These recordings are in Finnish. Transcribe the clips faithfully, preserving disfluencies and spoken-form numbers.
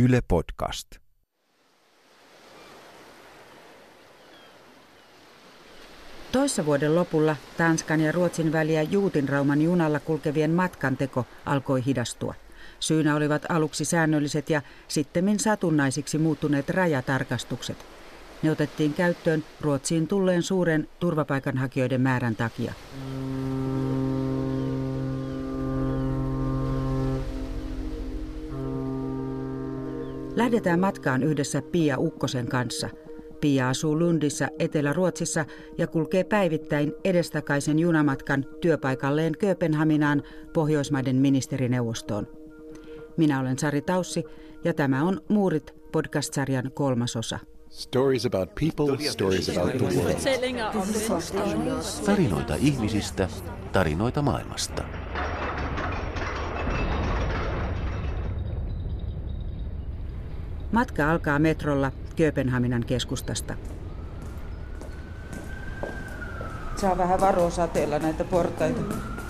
Yle Podcast. Toissa vuoden lopulla Tanskan ja Ruotsin väliä Juutinrauman junalla kulkevien matkanteko alkoi hidastua. Syynä olivat aluksi säännölliset ja sittemmin satunnaisiksi muuttuneet rajatarkastukset. Ne otettiin käyttöön Ruotsiin tulleen suuren turvapaikanhakijoiden määrän takia. Lähdetään matkaan yhdessä Pia Ukkosen kanssa. Pia asuu Lundissa Etelä-Ruotsissa ja kulkee päivittäin edestakaisen junamatkan työpaikalleen Kööpenhaminaan Pohjoismaiden ministerineuvostoon. Minä olen Sari Taussi ja tämä on Muurit podcast-sarjan kolmas osa. Stories about people, stories about the world. Tarinoita ihmisistä, tarinoita maailmasta. Matka alkaa metrolla Kööpenhaminan keskustasta. Saa vähän varoa sateella näitä portaita.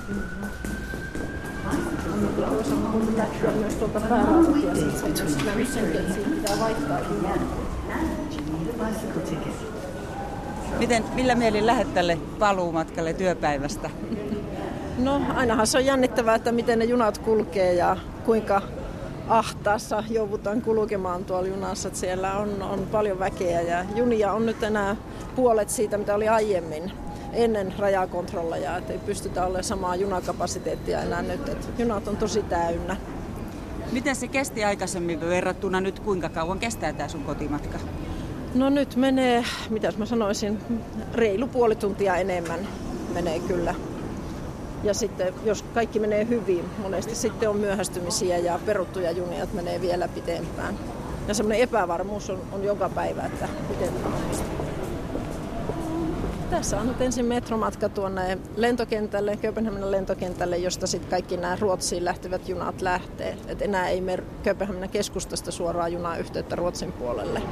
Miten, millä mielin lähdet tälle paluumatkalle työpäivästä? No ainahan se on jännittävää, että miten ne junat kulkee ja kuinka ahtaassa joudutaan kulkemaan tuolla junassa. Että siellä on, on paljon väkeä ja junia on nyt enää puolet siitä, mitä oli aiemmin ennen rajakontrolleja. Että ei pystytä olemaan samaa junakapasiteettia enää nyt. Että junat on tosi täynnä. Miten se kesti aikaisemmin verrattuna nyt? Kuinka kauan kestää tämä sun kotimatka? No nyt menee, mitäs mä sanoisin, reilu puoli tuntia enemmän menee kyllä. Ja sitten jos kaikki menee hyvin, monesti sitten on myöhästymisiä ja peruttuja junia, että menee vielä pitempään. Ja semmoinen epävarmuus on, on joka päivä, että miten tässä on nyt ensin metromatka tuonne lentokentälle, Kööpenhaminan lentokentälle, josta sitten kaikki nämä Ruotsiin lähtevät junat lähtee. Et enää ei mene Kööpenhaminan keskustasta suoraan junayhteyttä Ruotsin puolelle.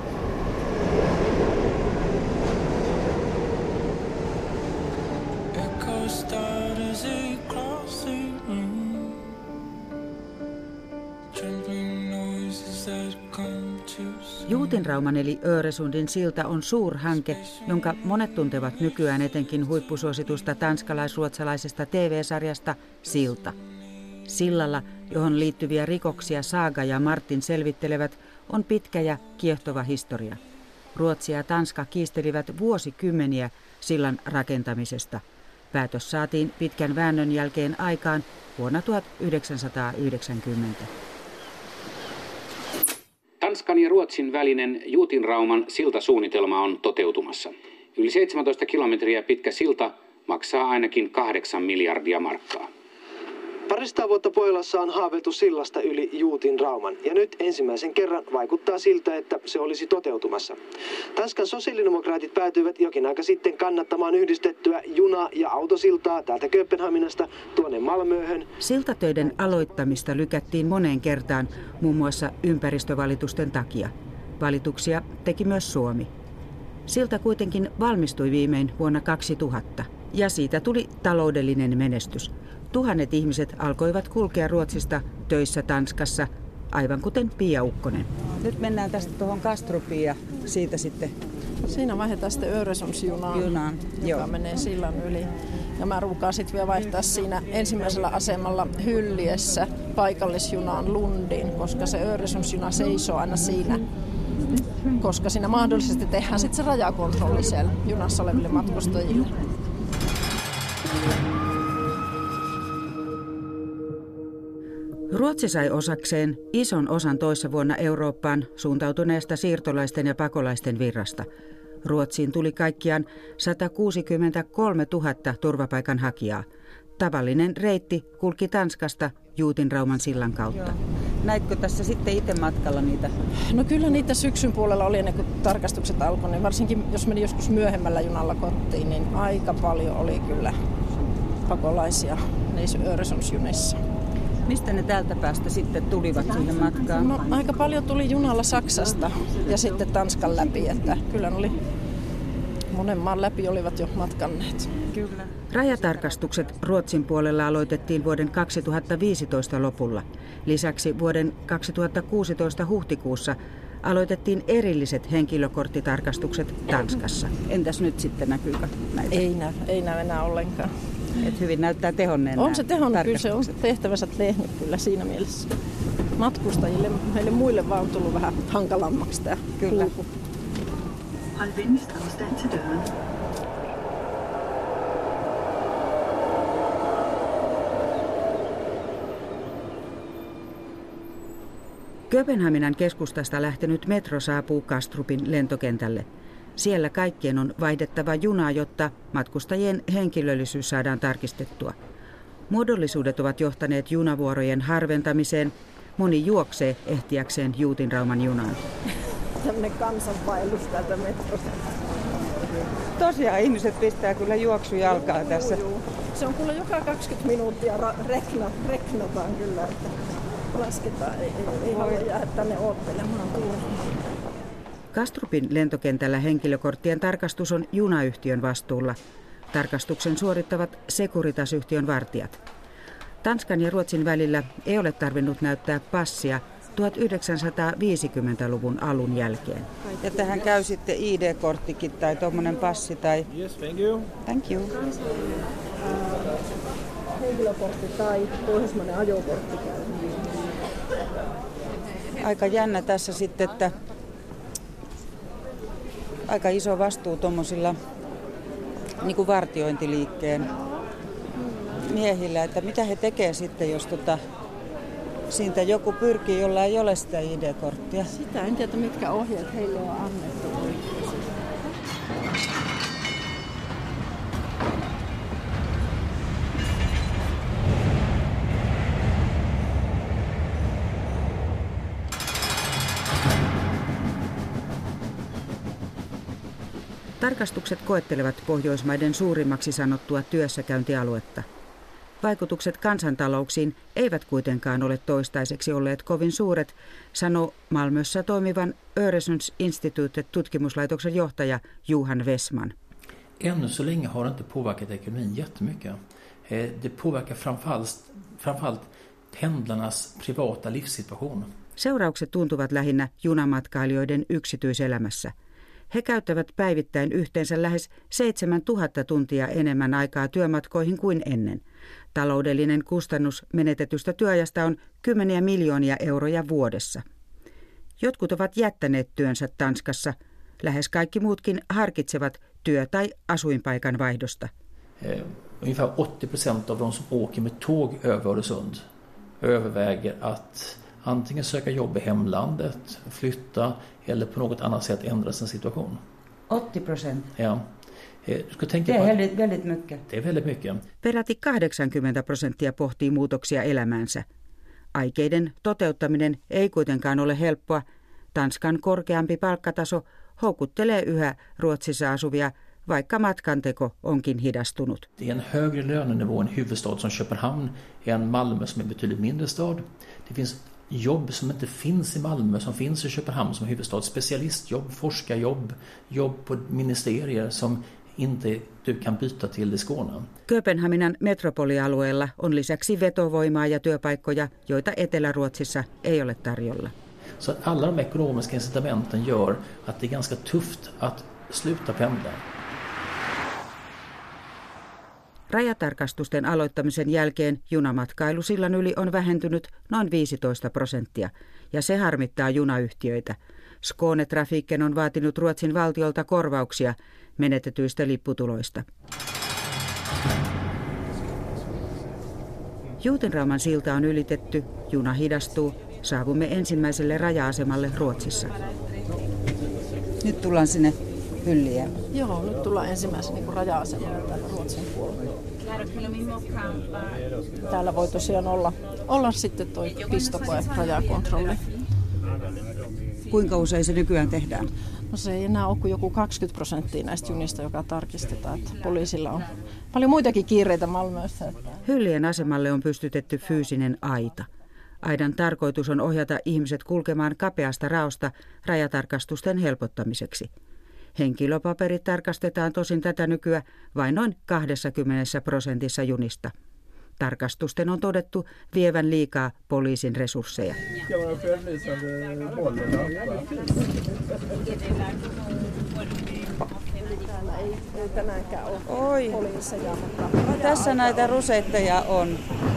Juutinrauman eli Öresundin silta on suurhanke, jonka monet tuntevat nykyään etenkin huippusuositusta tanskalais-ruotsalaisesta T V-sarjasta Silta. Sillalla, johon liittyviä rikoksia Saga ja Martin selvittelevät, on pitkä ja kiehtova historia. Ruotsi ja Tanska kiistelivät vuosikymmeniä sillan rakentamisesta. Päätös saatiin pitkän väännön jälkeen aikaan vuonna tuhatyhdeksänsataayhdeksänkymmentä. Tanskan ja Ruotsin välinen Juutinrauman siltasuunnitelma on toteutumassa. Yli seitsemäntoista kilometriä pitkä silta maksaa ainakin kahdeksan miljardia markkaa. Parista vuotta Pohjolassa on haaveiltu sillasta yli Juutinrauman, ja nyt ensimmäisen kerran vaikuttaa siltä, että se olisi toteutumassa. Tanskan sosiaalidemokraatit päätyivät jokin aika sitten kannattamaan yhdistettyä juna- ja autosiltaa täältä Kööpenhaminasta tuonne Malmöhön. Siltatöiden aloittamista lykättiin moneen kertaan, muun muassa ympäristövalitusten takia. Valituksia teki myös Suomi. Silta kuitenkin valmistui viimein vuonna kaksituhatta, ja siitä tuli taloudellinen menestys. Tuhannet ihmiset alkoivat kulkea Ruotsista töissä Tanskassa, aivan kuten Pia Ukkonen. Nyt mennään tästä tuohon Kastrupiin ja siitä sitten... Siinä vaihdetaan sitten Öresundsjunaan, Junaan, joka joo. menee sillan yli. Ja mä ruukaan sitten vielä vaihtaa siinä ensimmäisellä asemalla Hylliessä paikallisjunaan Lundiin, koska se Öresundsjuna seisoo aina siinä. Koska siinä mahdollisesti tehdään sitten se rajakontrolli siellä junassa oleville matkustajille. Ruotsi sai osakseen ison osan toissa vuonna Eurooppaan suuntautuneesta siirtolaisten ja pakolaisten virrasta. Ruotsiin tuli kaikkiaan sata kuusikymmentäkolmetuhatta turvapaikanhakijaa. Tavallinen reitti kulki Tanskasta Juutinrauman sillan kautta. Näitkö tässä sitten itse matkalla niitä? No kyllä niitä syksyn puolella oli ennen kuin tarkastukset alkoi. Niin varsinkin jos meni joskus myöhemmällä junalla kotiin, niin aika paljon oli kyllä pakolaisia niissä Öresundsjunissa. Mistä ne täältä päästä sitten tulivat siihen matkaan? No, aika paljon tuli junalla Saksasta ja sitten Tanskan läpi, että kyllä oli monen maan läpi olivat jo matkanneet. Kyllä. Rajatarkastukset Ruotsin puolella aloitettiin vuoden kaksituhattaviisitoista lopulla. Lisäksi vuoden kaksituhattakuusitoista huhtikuussa aloitettiin erilliset henkilökorttitarkastukset Tanskassa. Entäs nyt sitten näkyykö näitä? Ei näy, ei näy enää ollenkaan. Et hyvin näyttää tehonneen. On se tehonnut, kyllä se on tehtävänsä tehnyt kyllä siinä mielessä. Matkustajille, meille muille vaan on tullut vähän hankalammaksi tämä kulku. Kööpenhaminan keskustasta lähtenyt metro saapuu Kastrupin lentokentälle. Siellä kaikkien on vaihdettava junaa, jotta matkustajien henkilöllisyys saadaan tarkistettua. Muodollisuudet ovat johtaneet junavuorojen harventamiseen. Moni juoksee ehtiäkseen Juutinrauman junaan. Tämmöinen kansanvaellus täältä metrosta. Tosiaan ihmiset pistää kyllä juoksujalkaa tässä. Juu, juu. Se on kyllä joka kaksikymmentä minuuttia ra- rekna, reknataan kyllä, että lasketaan. Ei, ei, ei halua jäädä tänne oottelemaan turhaan. Kastrupin lentokentällä henkilökorttien tarkastus on junayhtiön vastuulla. Tarkastuksen suorittavat Securitas-yhtiön vartijat. Tanskan ja Ruotsin välillä ei ole tarvinnut näyttää passia tuhatyhdeksänsataaviisikymmentäluvun alun jälkeen. Ja tähän käy sitten I D-korttikin tai tuommoinen passi tai... Yes, thank you. Thank you. Henkilökortti tai pohjoismainen ajokortti käy. Aika jännä tässä sitten, että aika iso vastuu tuommoisilla niin kuin vartiointiliikkeen miehillä, että mitä he tekevät sitten, jos tota, siitä joku pyrkii, jolla ei ole sitä I D-korttia. Sitä en tiedä, mitkä ohjeet heille on annettu. Tarkastukset koettelevat Pohjoismaiden suurimmaksi sanottua työssäkäyntialuetta. Vaikutukset kansantalouksiin eivät kuitenkaan ole toistaiseksi olleet kovin suuret, sanoo Malmössä toimivan Öresundsinstitutet-tutkimuslaitoksen johtaja Johan Wessman. Ännu så länge har det inte påverkat ekonomin jättemycket. Det påverkar framförallt, framförallt pendlarnas privata livssituation. Seuraukset tuntuvat lähinnä junamatkailijoiden yksityiselämässä. He käyttävät päivittäin yhteensä lähes seitsemäntuhatta tuntia enemmän aikaa työmatkoihin kuin ennen. Taloudellinen kustannus menetetystä työajasta on kymmeniä miljoonia euroja vuodessa. Jotkut ovat jättäneet työnsä Tanskassa. Lähes kaikki muutkin harkitsevat työ- tai asuinpaikan vaihdosta. Ungefär åttio procent av de som åker med tåg över Öresund överväger att antingen söka jobb i hemlandet, flytta eller på något annat sätt ändra sin situation. åttio procent? Ja. Du ska tänka det är på väldigt, väldigt mycket. Det är väldigt mycket. Peräti kahdeksankymmentä prosenttia pohtii muutoksia elämäänsä. Aikeiden toteuttaminen ei kuitenkaan ole helppoa. Tanskan korkeampi palkkataso houkuttelee yhä Ruotsissa asuvia, vaikka matkanteko onkin hidastunut. Det är en högre lönenivå i en huvudstad som Köpenhamn än Malmö som är en betydligt mindre stad. Det finns jobb som inte finns i Malmö som finns i Köpenhamn som huvudstad. Specialistjobb, forskarjobb, jobb på ministerier som inte du kan byta till i Skåne. Kööpenhaminan metropolialueella on lisäksi vetovoimaa ja työpaikkoja, joita Etelä-Ruotsissa ei ole tarjolla. Så att alla de ekonomiska incitamenten gör att det är ganska tufft att sluta pendla. Rajatarkastusten aloittamisen jälkeen junamatkailu sillan yli on vähentynyt noin viisitoista prosenttia, ja se harmittaa junayhtiöitä. Skånetrafiken on vaatinut Ruotsin valtiolta korvauksia menetetyistä lipputuloista. Juutinrauman silta on ylitetty, juna hidastuu, saavumme ensimmäiselle raja-asemalle Ruotsissa. Nyt tullaan sinne Hylliä. Joo, nyt tullaan ensimmäisen niin raja-asemalle täällä Ruotsin puolella. Täällä voi tosiaan olla, olla sitten toi pistokoe, rajakontrolli. Kuinka usein se nykyään tehdään? No se ei enää ole kuin joku kaksikymmentä prosenttia näistä junista, joka tarkistetaan. Että poliisilla on paljon muitakin kiireitä Malmössä. Hyllien asemalle on pystytetty fyysinen aita. Aidan tarkoitus on ohjata ihmiset kulkemaan kapeasta raosta rajatarkastusten helpottamiseksi. Henkilöpaperit tarkastetaan tosin tätä nykyä vain noin kaksikymmentä prosentissa junista. Tarkastusten on todettu vievän liikaa poliisin resursseja. Täällä ei, ei tänäänkään ole Oi. poliiseja, mutta No, tässä näitä rusetteja on.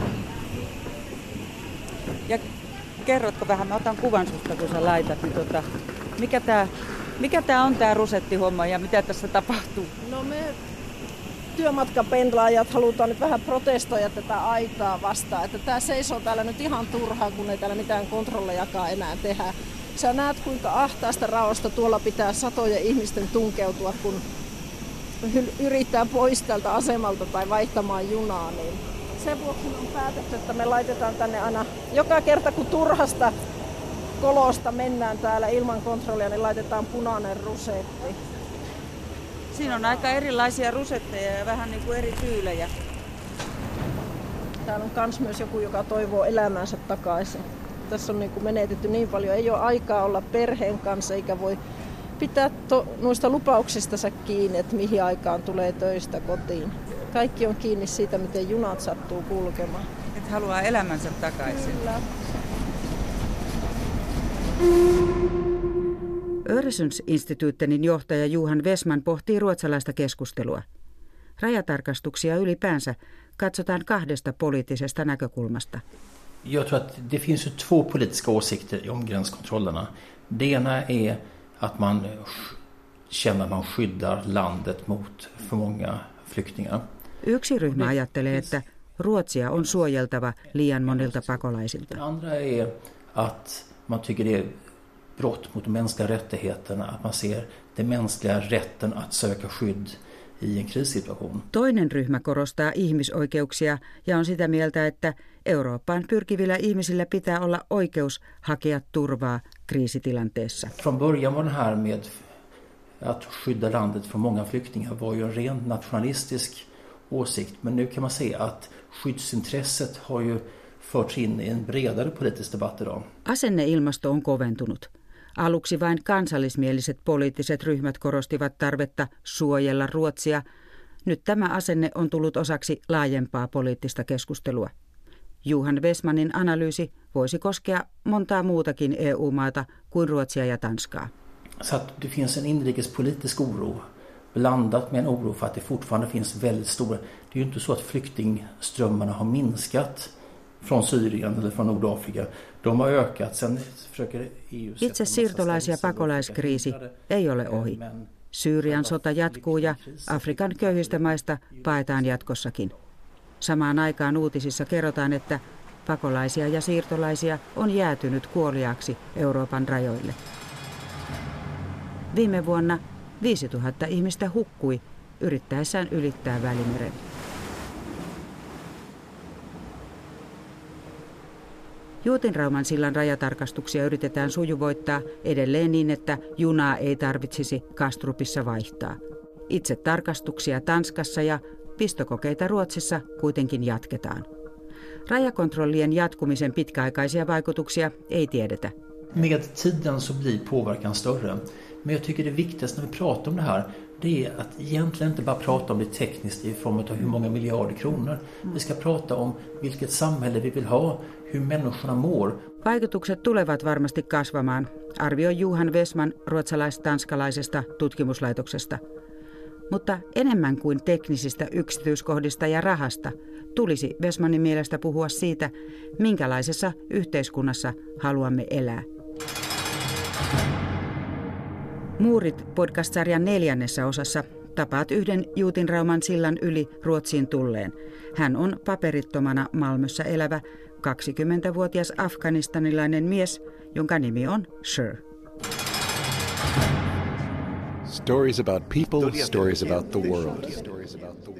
Ja kerrotko vähän, mä otan kuvan susta, kun sä laitat, niin tota, mikä tää, mikä tää on tää rusettihomma ja mitä tässä tapahtuu? No me työmatkapendlaajat halutaan nyt vähän protestoida tätä aitaa vastaan, että tää seisoo täällä nyt ihan turhaan, kun ei täällä mitään kontrollejakaan enää tehdä. Sä näet, kuinka ahtaasta raosta tuolla pitää satojen ihmisten tunkeutua, kun yrittää pois tältä asemalta tai vaihtamaan junaa. Niin sen vuoksi on päätetty, että me laitetaan tänne aina joka kerta, kun turhasta kolosta mennään täällä ilman kontrollia, niin laitetaan punainen rusetti. Siinä on aika erilaisia rusetteja ja vähän niin kuin eri tyylejä. Täällä on kans myös joku, joka toivoo elämänsä takaisin. Tässä on niin kuin menetetty niin paljon, ei ole aikaa olla perheen kanssa eikä voi pitää to, noista lupauksistansa kiinni, että mihin aikaan tulee töistä kotiin. Kaikki on kiinni siitä, miten junat sattuu kulkemaan. Että haluaa elämänsä takaisin. Kyllä. Öresundsinstituuttenin johtaja Johan Wessman pohtii ruotsalaista keskustelua. Rajatarkastuksia ylipäänsä katsotaan kahdesta poliittisesta näkökulmasta. Jag tror att det finns ju två politiska åsikter om gränskontrollerna. Det ena är att man känner att man skyddar landet mot för många flyktingar. Yksi ryhmä ajattelee, että Ruotsia on suojeltava liian monilta pakolaisilta. Det andra är att man tycker det är brott mot de mänskliga rättigheterna, att man ser den mänskliga rätten att söka skydd i en krissituation. Toinen ryhmä korostaa ihmisoikeuksia ja on sitä mieltä, että Eurooppaan pyrkivillä ihmisillä pitää olla oikeus hakea turvaa kriisitilanteessa. Från början var den här med att skydda landet från många flyktingar var ju en rent nationalistisk åsikt, men nu kan man se att skyddsintresset har ju förts in i en bredare politisk debatt idag. Asenneilmasto on koventunut. Aluksi vain kansallismieliset poliittiset ryhmät korostivat tarvetta suojella Ruotsia. Nyt tämä asenne on tullut osaksi laajempaa poliittista keskustelua. Johan Wessmanin analyysi voisi koskea montaa muutakin E U-maata kuin Ruotsia ja Tanskaa. Så att det finns en inrikespolitisk oro blandat med en oro för att det fortfarande finns väldigt stora. Det är ju inte så att flyktingströmmarna har minskat från Syrien eller från Nordafrika. De har ökat. Sen försöker E U... Itse siirtolais- ja pakolaiskriisi ei ole ohi. Syyrian sota jatkuu ja Afrikan köyhistä maista paetaan jatkossakin. Samaan aikaan uutisissa kerrotaan, että pakolaisia ja siirtolaisia on jäätynyt kuoliaaksi Euroopan rajoille. Viime vuonna viisituhatta ihmistä hukkui yrittäessään ylittää Välimeren. Juutinrauman sillan rajatarkastuksia yritetään sujuvoittaa edelleen niin, että junaa ei tarvitsisi Kastrupissa vaihtaa. Itse tarkastuksia Tanskassa ja pistokokeita Ruotsissa kuitenkin jatketaan. Rajakontrollien jatkumisen pitkäaikaisia vaikutuksia ei tiedetä. Med tiden så blir påverkan större. Men jag tycker det viktigaste när vi pratar om det här, det är att egentligen inte bara prata om det tekniskt i form av hur många miljarder kronor. Vi ska prata om vilket samhälle vi vill ha, hur människorna mår. Vaikutukset tulevat varmasti kasvamaan, arvioi Johan Wessman ruotsalais-tanskalaisesta tutkimuslaitoksesta. Mutta enemmän kuin teknisistä yksityiskohdista ja rahasta tulisi Wessmanin mielestä puhua siitä, minkälaisessa yhteiskunnassa haluamme elää. Muurit podcast-sarjan neljännessä osassa tapaat yhden Juutinrauman sillan yli Ruotsiin tulleen. Hän on paperittomana Malmössä elävä kaksikymmentävuotias afganistanilainen mies, jonka nimi on Sher. Stories about people, stories about the world.